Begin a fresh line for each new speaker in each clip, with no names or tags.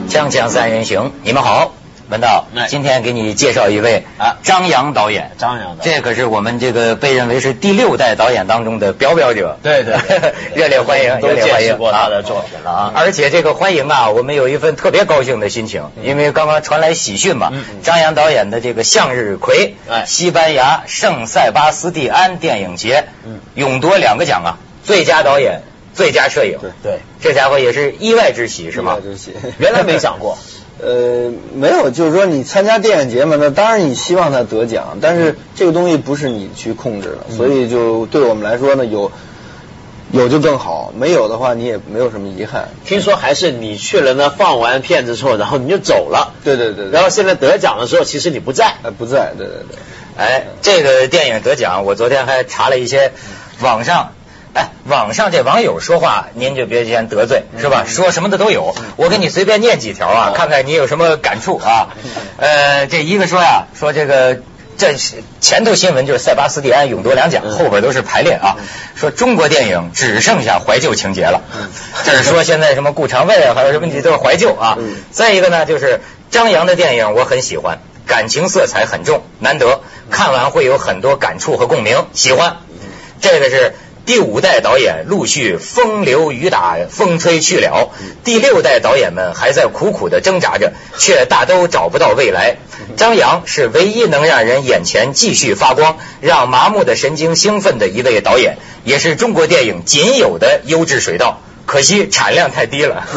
锵锵三人行，你们好，文道，今天给你介绍一位张扬导演。
张扬导演，
这可是我们这个被认为是第6代导演当中的表者。
对对，
热烈欢迎，
都见识过他的作品了啊！
而且这个欢迎啊，我们有一份特别高兴的心情，因为刚刚传来喜讯嘛，张扬导演的这个向日葵，西班牙圣塞巴斯蒂安电影节，勇夺2个奖啊，最佳导演、最佳摄影。
对，
这家伙也是意外之喜是吗？
意外之喜，
原来没想过。
没有，就是说你参加电影节嘛，那当然你希望他得奖，但是这个东西不是你去控制的，所以就对我们来说呢，有就更好，没有的话你也没有什么遗憾。
听说还是你去了呢，放完片子之后，然后你就走了。
对，
然后现在得奖的时候，其实你不在。
不在，对。
这个电影得奖，我昨天还查了一些网上这网友说话，您就别先得罪，是吧？说什么的都有，我给你随便念几条啊，看看你有什么感触啊。这一个说呀，说这前头新闻就是塞巴斯蒂安勇夺2奖，后边都是排练啊。说中国电影只剩下怀旧情节了，这是说现在什么顾长卫啊，还有什么你都是怀旧啊。再一个呢，就是张扬的电影我很喜欢，感情色彩很重，难得看完会有很多感触和共鸣，喜欢。这个是第5代导演陆续风流雨打，风吹去了，第6代导演们还在苦苦的挣扎着，却大都找不到未来。张扬是唯一能让人眼前继续发光，让麻木的神经兴奋的一位导演，也是中国电影仅有的优质水稻，可惜产量太低了。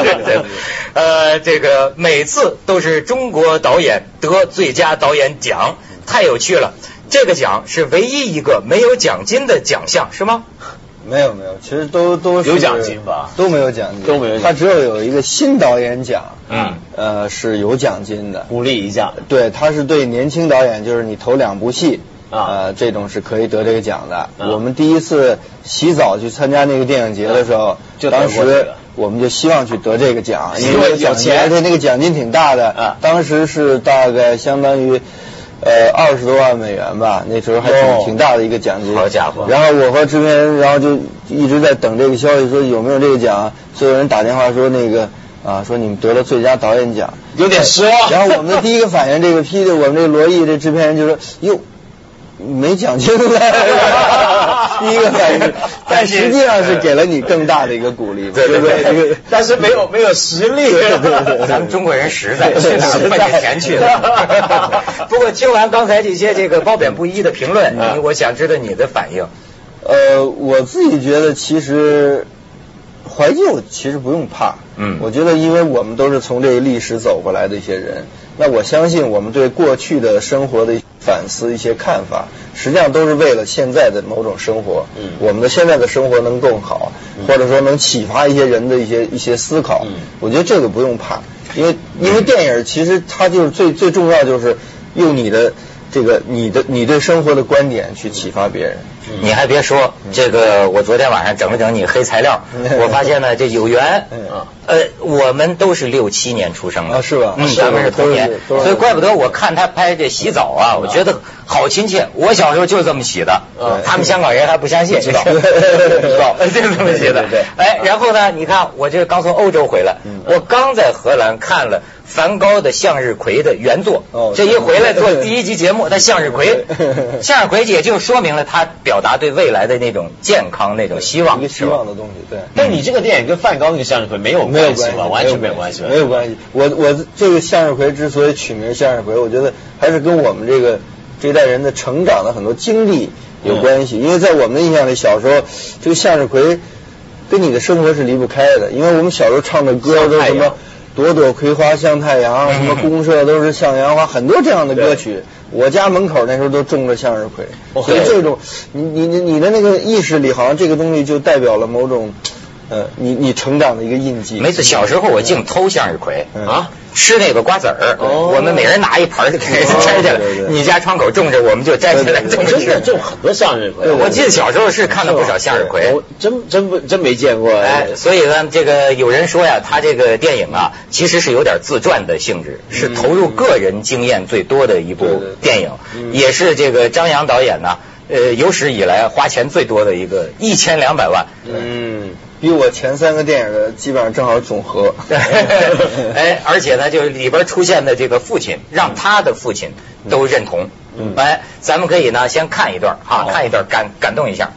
这个每次都是中国导演得最佳导演奖，太有趣了。这个奖是唯一一个没有奖金的奖项，是吗？
没有，其实都是
有奖金吧？
都没有奖金，
都没有奖金。
他只有一个新导演奖，是有奖金的，
鼓励一下。
对，他是对年轻导演，就是你投2部戏这种是可以得这个奖的。我们第一次洗澡去参加那个电影节的时候，当时我们就希望去得这个奖，因为有钱，而且那个奖金挺大的，当时是大概相当于20多万美元吧，那时候还挺大的一个奖金。
好家伙！
然后我和制片人，然后就一直在等这个消息，说有没有这个奖。所有人打电话说说你们得了最佳导演奖，
有点失望。
然后我们的第一个反应，我们这个罗毅这制片人就说哟。没奖金了，第一个反应，但实际上是给了你更大的一个鼓励，
对，但是没有实力。
咱们中国人实在去哪儿奔着钱去了。不过听完刚才这个褒贬不一的评论，我想知道你的反应。
我自己觉得其实怀旧其实不用怕，我觉得因为我们都是从这个历史走过来的一些人，那我相信我们对过去的生活的反思一些看法，实际上都是为了现在的某种生活，我们的现在的生活能更好，或者说能启发一些人的一些思考，我觉得这个不用怕，因为电影其实它就是最重要就是用你的你对生活的观点去启发别人。
你还别说，这个我昨天晚上整了整你黑材料，我发现呢这有缘，我们都是67、7年出生的，
是吧？
咱们是同年，所以怪不得我看他拍这洗澡啊，我觉得好亲切。我小时候就是这么洗的，他们香港人还不相信，知道？就是这么洗的。然后呢，你看我这刚从欧洲回来，我刚在荷兰看了梵高的向日葵的原作，这一回来做第1集节目，他向日葵也就说明了他表达对未来的那种健康、那种希望，
一个希望的东西。对，
但你这个电影跟梵高那个向日葵没有关系吧？完全没有关系。
没有关系。我这个向日葵之所以取名向日葵，我觉得还是跟我们这一代人的成长的很多经历有关系。因为在我们的印象里，小时候这个向日葵跟你的生活是离不开的，因为我们小时候唱的歌都什么朵朵葵花像太阳，什么公社都是向阳花，很多这样的歌曲。我家门口那时候都种着向日葵，所以这种你的那个意识里，好像这个东西就代表了某种你成长的一个印记。
没错，小时候我净偷向日葵吃那个瓜子儿，我们每人拿一盘就开始摘下来。你家窗口种着，我们就摘下来种着吃。
真的种很多向日葵，
我记得小时候是看了不少向日葵，
真没见过。
所以呢，这个有人说呀，他这个电影啊，其实是有点自传的性质，是投入个人经验最多的一部电影，也是这个张扬导演呢，有史以来花钱最多的一个1200万。
比我前3个电影的基本上正好总和。
哎，而且呢，就是里边出现的这个父亲，让他的父亲都认同。哎，咱们可以呢先看一段哈，看一段感动一下。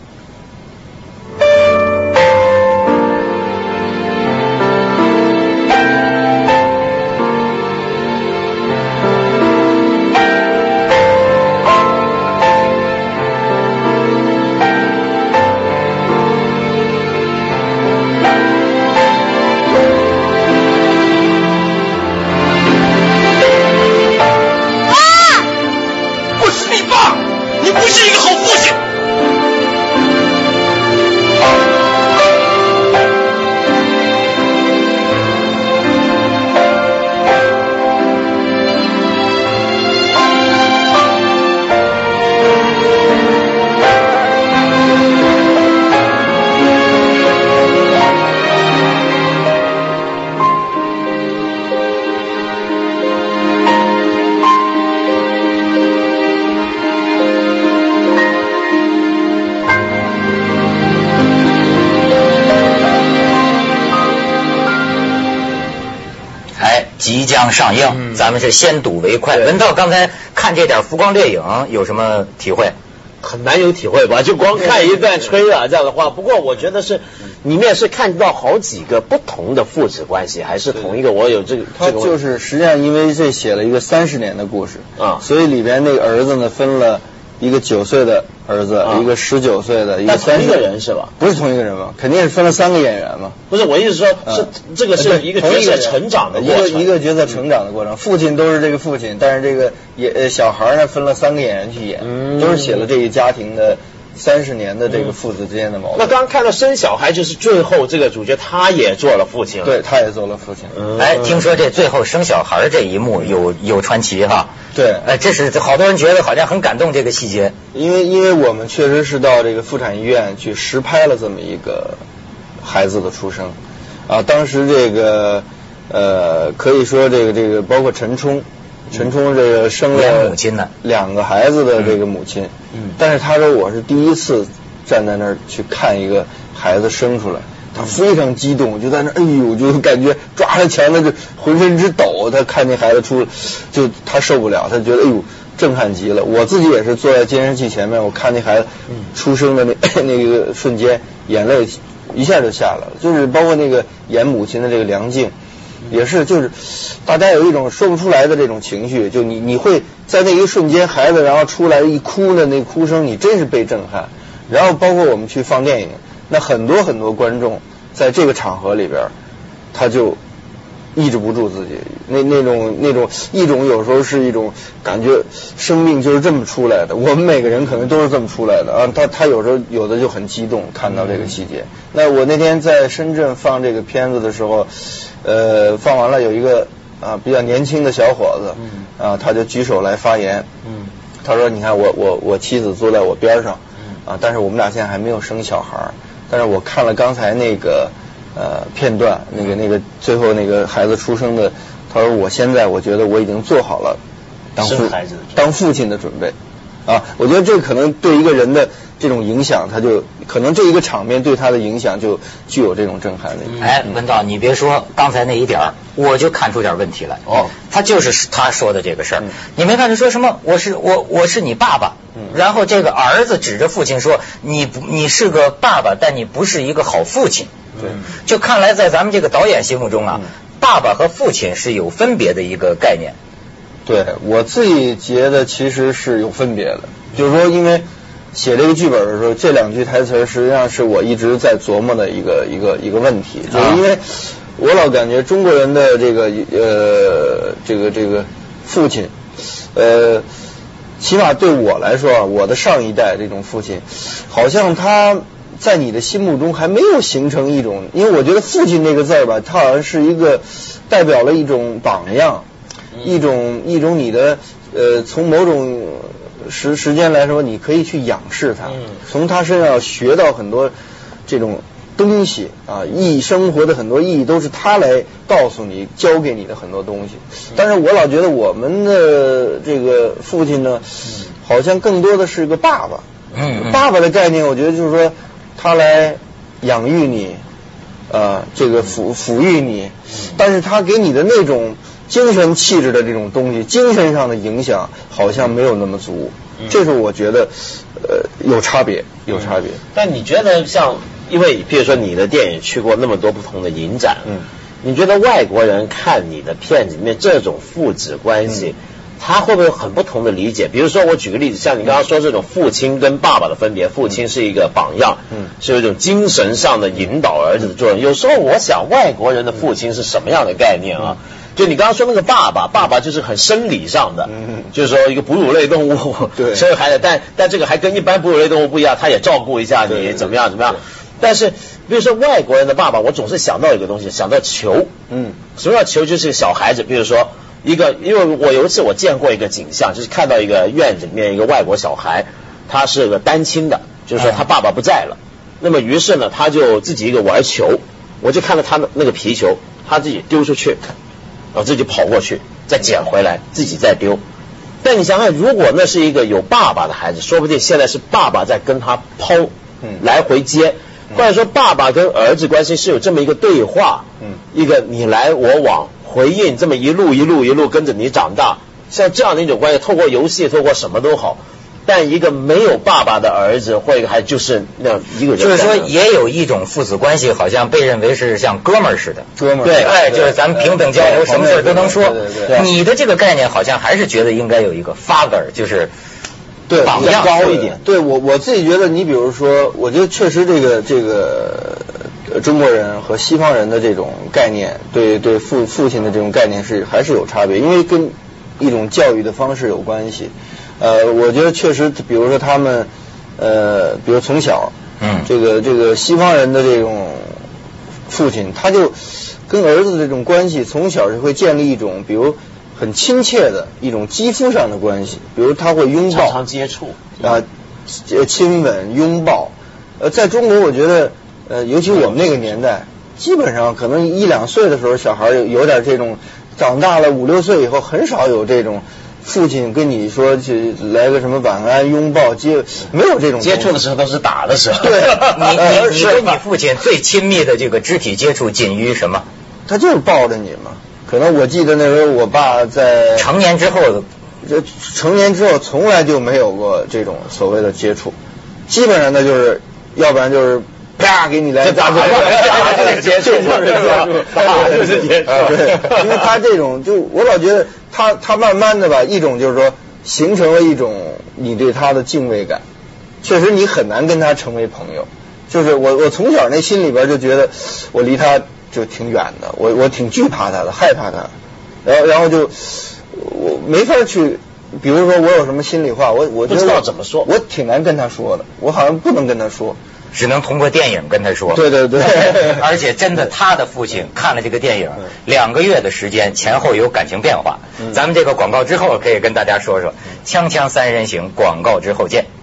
即将上映，咱们是先睹为快。文道刚才看这点浮光掠影有什么体会？
很难有体会吧，就光看一段吹啊这样的话。不过我觉得是里面是看到好几个不同的父子关系，还是同一个。我有这个，
他就是实际上因为这写了一个30年的故事啊，所以里边那个儿子呢分了一个9岁的儿子，一个19岁的，一个
同一个人是吧？
不是同一个人嘛，肯定是分了3个演员嘛。
不是，我意思说，是这个是一个角色成长的过程，
一个角色成长的过程。父亲都是这个父亲，但是这个小孩呢分了3个演员去演，都是写了这个家庭的30年的这个父子之间的矛盾。
那刚刚看到生小孩，就是最后这个主角他也做了父亲了，
对，他也做了父亲。
哎，听说这最后生小孩这一幕有传奇哈。
对，
哎，这是好多人觉得好像很感动这个细节，
因为我们确实是到这个妇产医院去实拍了这么一个孩子的出生啊。当时这个可以说这个包括陈冲这个生了
母亲呢
2个孩子的这个母亲，但是他说我是第一次站在那儿去看一个孩子生出来。他非常激动，就在那，哎呦，就感觉抓着墙，他就浑身直抖。他看那孩子出来，就他受不了，他觉得哎呦，震撼极了。我自己也是坐在监视器前面，我看那孩子出生的那个瞬间，眼泪一下就下来了。就是包括那个演母亲的这个梁静，也是，就是大家有一种说不出来的这种情绪，就你会在那一瞬间，孩子然后出来一哭的那哭声，你真是被震撼。然后包括我们去放电影。那很多观众在这个场合里边，他就抑制不住自己，那种一种有时候是一种感觉，生命就是这么出来的。我们每个人可能都是这么出来的啊。他有时候有的就很激动，看到这个细节。那我那天在深圳放这个片子的时候，放完了有一个比较年轻的小伙子，他就举手来发言，他说：“你看我妻子坐在我边上，但是我们俩现在还没有生小孩。”但是我看了刚才那个片段，那个最后那个孩子出生的，他说我觉得我已经做好了当父亲的准备啊。我觉得这可能对一个人的这种影响，他就可能这一个场面对他的影响就具有这种震撼力。
哎，文道，你别说刚才那一点我就看出点问题来。他就是他说的这个事儿，你没看他说什么？我是你爸爸。然后这个儿子指着父亲说：“你是个爸爸，但你不是一个好父亲。”
对，
就看来在咱们这个导演心目中爸爸和父亲是有分别的一个概念。
对，我自己觉得其实是有分别的，就是说，因为写这个剧本的时候，这2句台词实际上是我一直在琢磨的一个问题，就是因为我老感觉中国人的这个父亲，起码对我来说我的上一代这种父亲，好像他在你的心目中还没有形成一种，因为我觉得父亲这个字儿吧，它好像是一个代表了一种榜样，一种你的从某种时间来说，你可以去仰视他，从他身上学到很多这种东西生活的很多意义都是他来告诉你、教给你的很多东西。但是我老觉得我们的这个父亲呢，好像更多的是个爸爸。爸爸的概念，我觉得就是说他来养育你，这个抚育你，但是他给你的那种精神气质的这种东西，精神上的影响好像没有那么足，这是我觉得有差别。
但你觉得像，因为比如说你的电影去过那么多不同的影展，你觉得外国人看你的片子里面这种父子关系，他会不会有很不同的理解？比如说我举个例子，像你刚刚说这种父亲跟爸爸的分别，父亲是一个榜样，是有一种精神上的引导儿子的作用。有时候我想外国人的父亲是什么样的概念啊？就你刚刚说那个爸爸就是很生理上的，就是说一个哺乳类动物，生孩子，但这个还跟一般哺乳类动物不一样，他也照顾一下你怎么样。但是比如说外国人的爸爸，我总是想到一个东西，想到球，什么叫球？就是小孩子，比如说因为我有一次我见过一个景象，就是看到一个院子里面一个外国小孩，他是个单亲的，就是说他爸爸不在了，那么于是呢他就自己一个玩球，我就看到他那个皮球，他自己丢出去，然后自己跑过去再捡回来，自己再丢。但你想想，如果那是一个有爸爸的孩子，说不定现在是爸爸在跟他抛，来回接，或者说爸爸跟儿子关系是有这么一个对话，一个你来我往回应，这么一路跟着你长大，像这样的一种关系，透过游戏，透过什么都好。但一个没有爸爸的儿子或一个还就是那样一个人，
就是说也有一种父子关系，好像被认为是像哥们儿似的，
对，
就是咱们平等交流，什么事都能说。你的这个概念好像还是觉得应该有一个 father， 就是榜样
高一点。
对，我自己觉得，你比如说，我觉得确实这个中国人和西方人的这种概念，对父亲的这种概念还是有差别，因为跟一种教育的方式有关系。我觉得确实，比如说他们，比如从小，这个西方人的这种父亲，他就跟儿子的这种关系，从小就会建立一种，比如很亲切的一种肌肤上的关系，比如他会拥抱、
常常接触
亲吻、拥抱。在中国，我觉得，尤其我们那个年代，基本上可能1、2岁的时候，小孩有点这种，长大了5、6岁以后，很少有这种。父亲跟你说去来个什么晚安拥抱没有这种
接触的时候都是打的时候。
对，
你跟你父亲最亲密的这个肢体接触仅于什么？
他就是抱着你嘛。可能我记得那时候我爸在
成年之后
从来就没有过这种所谓的接触，基本上呢就是要不然就是啪给你来打
就是接触，就是接触。
对，因为他这种就我老觉得他慢慢的吧，一种就是说形成了一种你对他的敬畏感，确实你很难跟他成为朋友。就是我从小那心里边就觉得我离他就挺远的，我挺惧怕他的，害怕他，然后就我没法去，比如说我有什么心里话，我
不知道怎么说，
我挺难跟他说的，我好像不能跟他说。
只能通过电影跟他说。
对
而且真的他的父亲看了这个电影2个月的时间，前后有感情变化。咱们这个广告之后可以跟大家说说锵锵三人行，广告之后见。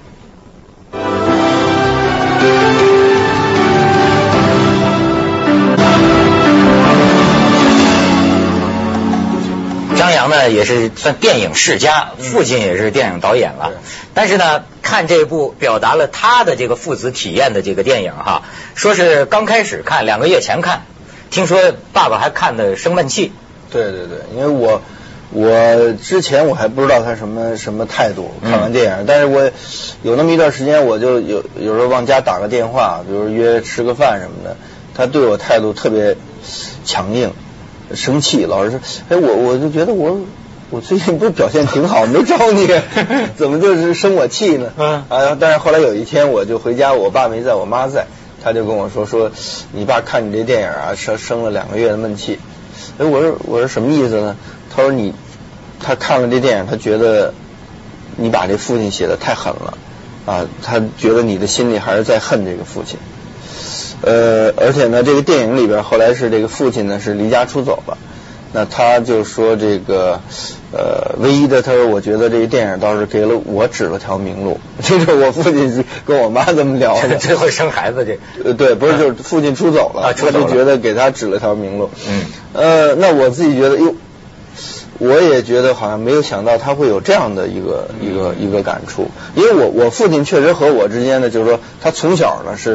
张扬呢也是算电影世家，父亲也是电影导演了，但是呢看这部表达了他的这个父子体验的这个电影哈，说是刚开始看2个月前看，听说爸爸还看的生闷气。
对，因为我之前我还不知道他什么态度，看完电影，但是我有那么一段时间，我就有时候往家打个电话，比如约吃个饭什么的，他对我态度特别强硬。生气，老是说，我就觉得我最近不是表现挺好，没招你，怎么就是生我气呢？但是后来有一天我就回家，我爸没在，我妈在，他就跟我说你爸看你这电影啊，生了2个月的闷气。我说什么意思呢？他说他看了这电影，他觉得你把这父亲写得太狠了啊，他觉得你的心里还是在恨这个父亲。而且呢，这个电影里边后来是这个父亲呢是离家出走了，那他就说这个唯一的他说我觉得这个电影倒是给了我指了条明路，这是我父亲是跟我妈这么聊的。
这会生孩子这
对，不是就是父亲出走了，他就觉得给他指了条明路。那我自己觉得我也觉得好像没有想到他会有这样的一个感触，因为我父亲确实和我之间的就是说他从小呢是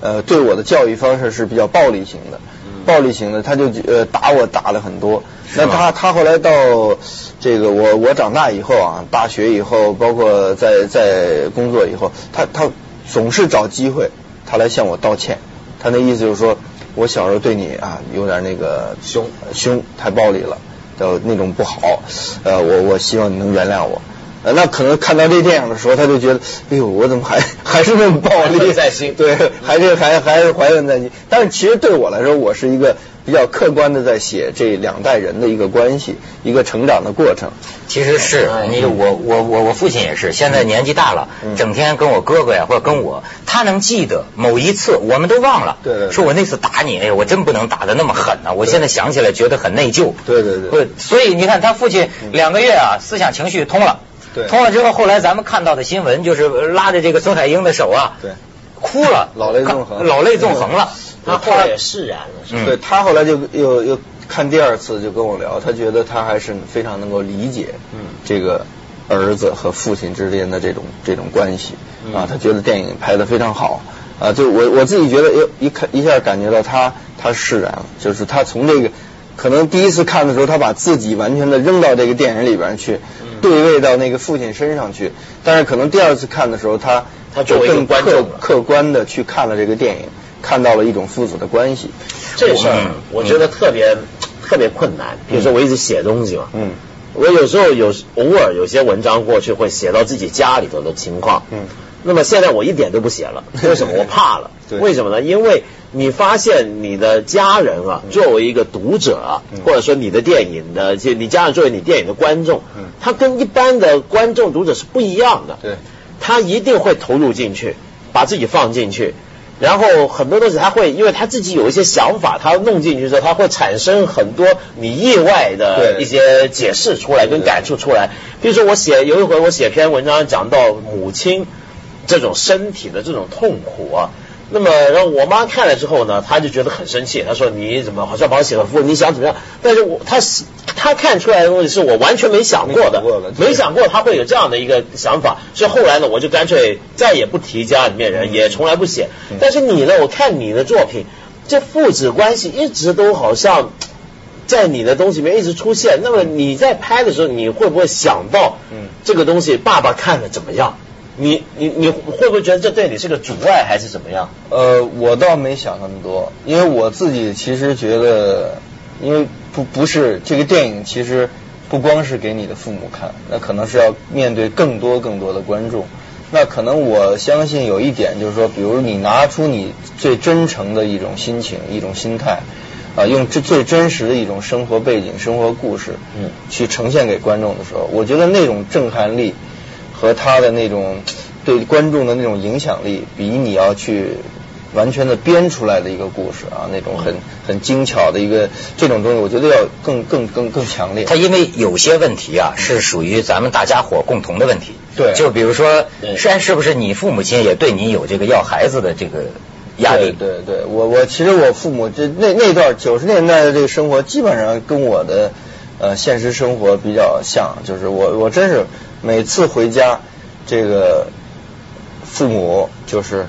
对我的教育方式是比较暴力型的，他就打我打了很多。那他后来到这个我长大以后啊，大学以后，包括在工作以后，他总是找机会他来向我道歉。他那意思就是说我小时候对你啊有点那个凶，太暴力了，那种不好，我希望你能原谅我。那可能看到这电影的时候，他就觉得，哎呦，我怎么还是那么暴力
在心？
对，还是怀恨在心。但是其实对我来说，我是一个比较客观的在写这两代人的一个关系，一个成长的过程。
其实是我父亲也是，现在年纪大了，整天跟我哥哥呀或者跟我，他能记得某一次我们都忘了，
对，
说我那次打你，哎呀，我真不能打得那么狠啊！我现在想起来觉得很内疚。
对，
所以你看他父亲2个月啊，思想情绪通了。
对，
通了之后，后来咱们看到的新闻就是拉着这个孙海英的手啊，
对，
哭了，
老泪纵横
了。
他后来也释然了，
对，他后来就又看第二次就跟我聊，他觉得他还是非常能够理解这个儿子和父亲之间的这种关系啊，他觉得电影拍得非常好啊，就我自己觉得一下感觉到他释然了，就是他从这个可能第一次看的时候，他把自己完全的扔到这个电影里边去，对位到那个父亲身上去。但是可能第二次看的时候，他就更客观的去看了这个电影，看到了一种父子的关系。
这事儿我觉得特别困难。比如说我一直写东西嘛，我有时候偶尔有些文章过去会写到自己家里头的情况，那么现在我一点都不写了，为什么？我怕了。为什么呢？因为你发现你的家人啊，作为一个读者啊，或者说你的电影的，你家人作为你电影的观众，他跟一般的观众读者是不一样的。
对，
他一定会投入进去，把自己放进去。然后很多东西他会，因为他自己有一些想法，他弄进去之后，他会产生很多你意外的一些解释出来跟感触出来。比如说有一回我写篇文章讲到母亲这种身体的这种痛苦啊，那么然后我妈看了之后呢，她就觉得很生气，她说你怎么好像把我写了负，你想怎么样？但是她看出来的东西是我完全没想过的，没想过她会有这样的一个想法，所以后来呢，我就干脆再也不提家里面人，也从来不写。但是你呢，我看你的作品，这父子关系一直都好像在你的东西里面一直出现。那么你在拍的时候，你会不会想到这个东西爸爸看了怎么样？你会不会觉得这对你是个阻碍还是怎么样？
我倒没想那么多，因为我自己其实觉得，因为不是这个电影其实不光是给你的父母看，那可能是要面对更多的观众。那可能我相信有一点就是说，比如你拿出你最真诚的一种心情、一种心态，用最真实的一种生活背景、生活故事，去呈现给观众的时候，我觉得那种震撼力和他的那种对观众的那种影响力，比你要去完全的编出来的一个故事啊，那种很精巧的一个这种东西，我觉得要更强烈。
它因为有些问题啊，是属于咱们大家伙共同的问题。
对，
就比如说，是不是你父母亲也对你有这个要孩子的这个压力？
对，我其实我父母那段90年代的这个生活，基本上跟我的现实生活比较像，就是我真是每次回家，这个父母就是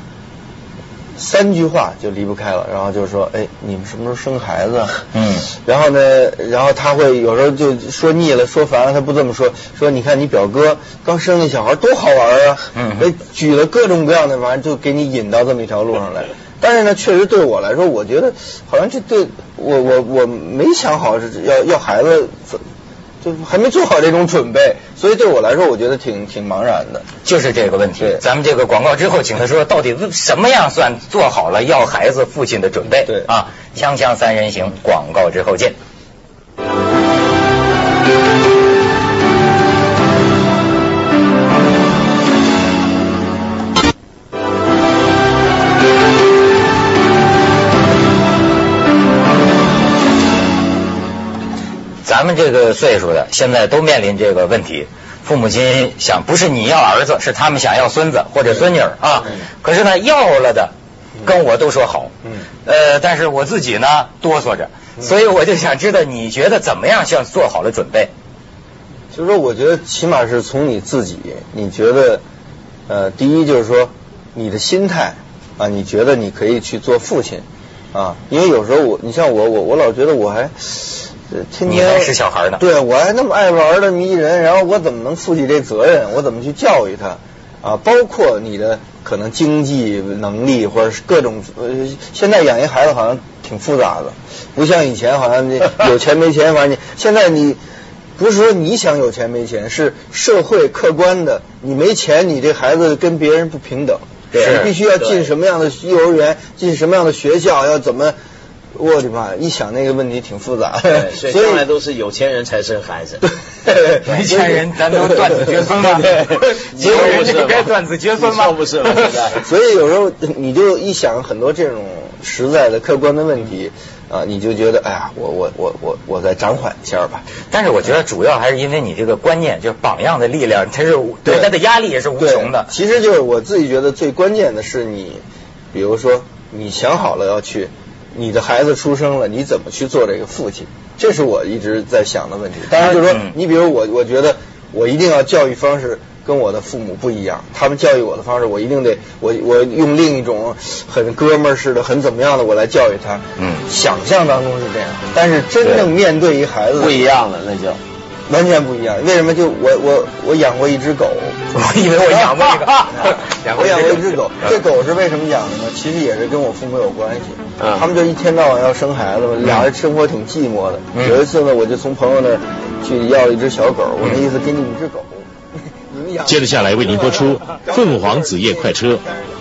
3句话就离不开了，然后就说，哎，你们什么时候生孩子？然后他会有时候就说腻了，说烦了，他不这么说，说你看你表哥刚生那小孩多好玩啊，举了各种各样的玩意就给你引到这么一条路上来。但是呢，确实对我来说，我觉得好像这对我没想好是要孩子，就还没做好这种准备，所以对我来说，我觉得挺茫然的。
就是这个问题。咱们这个广告之后，请他说到底什么样算做好了要孩子父亲的准备？
对
啊，锵锵三人行，广告之后见。咱们这个岁数的，现在都面临这个问题。父母亲想，不是你要儿子，是他们想要孙子或者孙女啊。可是呢，要了的跟我都说好，但是我自己呢哆嗦着，所以我就想知道，你觉得怎么样像做好了准备？
就是说，我觉得起码是从你自己，你觉得第一就是说你的心态啊，你觉得你可以去做父亲啊？因为有时候你像我老觉得我还天天
你还是小孩呢，
对，我还那么爱玩的迷人，然后我怎么能负起这责任？我怎么去教育他啊？包括你的可能经济能力或者是各种现在养一孩子好像挺复杂的，不像以前好像有钱没钱，反正现在你不是说你想有钱没钱，是社会客观的，你没钱，你这孩子跟别人不平等，你必须要进什么样的幼儿园，进什么样的学校，要怎么。我的妈！一想那个问题挺复杂的，
所以将来都是有钱人才生孩子，
没钱人咱都断子绝孙了，有人就该断子绝孙吗？
不是吗？
所以有时候你就一想很多这种实在的客观的问题啊，你就觉得哎呀，我再暂缓一下吧。
但是我觉得主要还是因为你这个观念，就是榜样的力量，它是对它的压力也是无穷的。
其实就是我自己觉得最关键的是你，比如说你想好了要去。你的孩子出生了，你怎么去做这个父亲？这是我一直在想的问题。当然就是说，你比如我觉得我一定要教育方式跟我的父母不一样，他们教育我的方式，我一定得我用另一种很哥们儿似的、很怎么样的我来教育他。想象当中是这样，但是真正面对一孩子
不一样了，那就
完全不一样。为什么？就我养过一只狗，
我以为我养过一个，
我养过一只狗。这狗是为什么养的呢？其实也是跟我父母有关系。他们就一天到晚要生孩子嘛，俩人生活挺寂寞的。有一次呢，我就从朋友那儿去要了一只小狗，我那意思给你一只狗，你们养。
接着下来为您播出《凤凰子夜快车》。